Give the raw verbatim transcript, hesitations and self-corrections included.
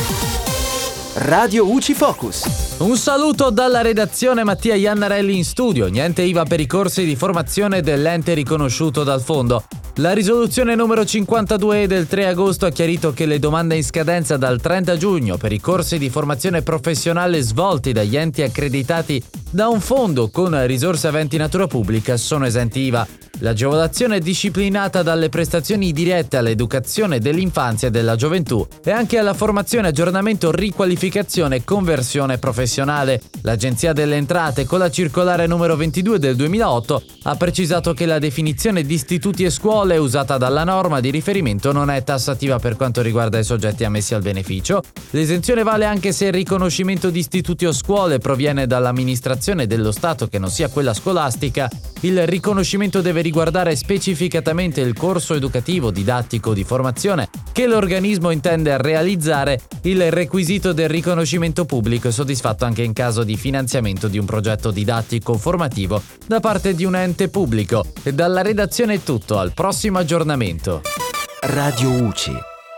Radio U C I Focus. Un saluto dalla redazione, Mattia Iannarelli in studio. Niente I V A per i corsi di formazione dell'ente riconosciuto dal fondo. La risoluzione numero cinquantadue del tre agosto ha chiarito che le domande in scadenza dal trenta giugno per i corsi di formazione professionale svolti dagli enti accreditati da un fondo con risorse aventi natura pubblica sono esenti I V A. L'agevolazione è disciplinata dalle prestazioni dirette all'educazione dell'infanzia e della gioventù e anche alla formazione, aggiornamento, riqualificazione e conversione professionale. L'Agenzia delle Entrate, con la circolare numero ventidue del duemilaotto, ha precisato che la definizione di istituti e scuole usata dalla norma di riferimento non è tassativa per quanto riguarda i soggetti ammessi al beneficio. L'esenzione vale anche se il riconoscimento di istituti o scuole proviene dall'amministrazione dello Stato che non sia quella scolastica. Il riconoscimento deve riguardare specificatamente il corso educativo, didattico di formazione che l'organismo intende realizzare. Il requisito del riconoscimento pubblico è soddisfatto anche in caso di finanziamento di un progetto didattico formativo da parte di un ente pubblico. E dalla redazione è tutto, al prossimo aggiornamento. Radio U C I.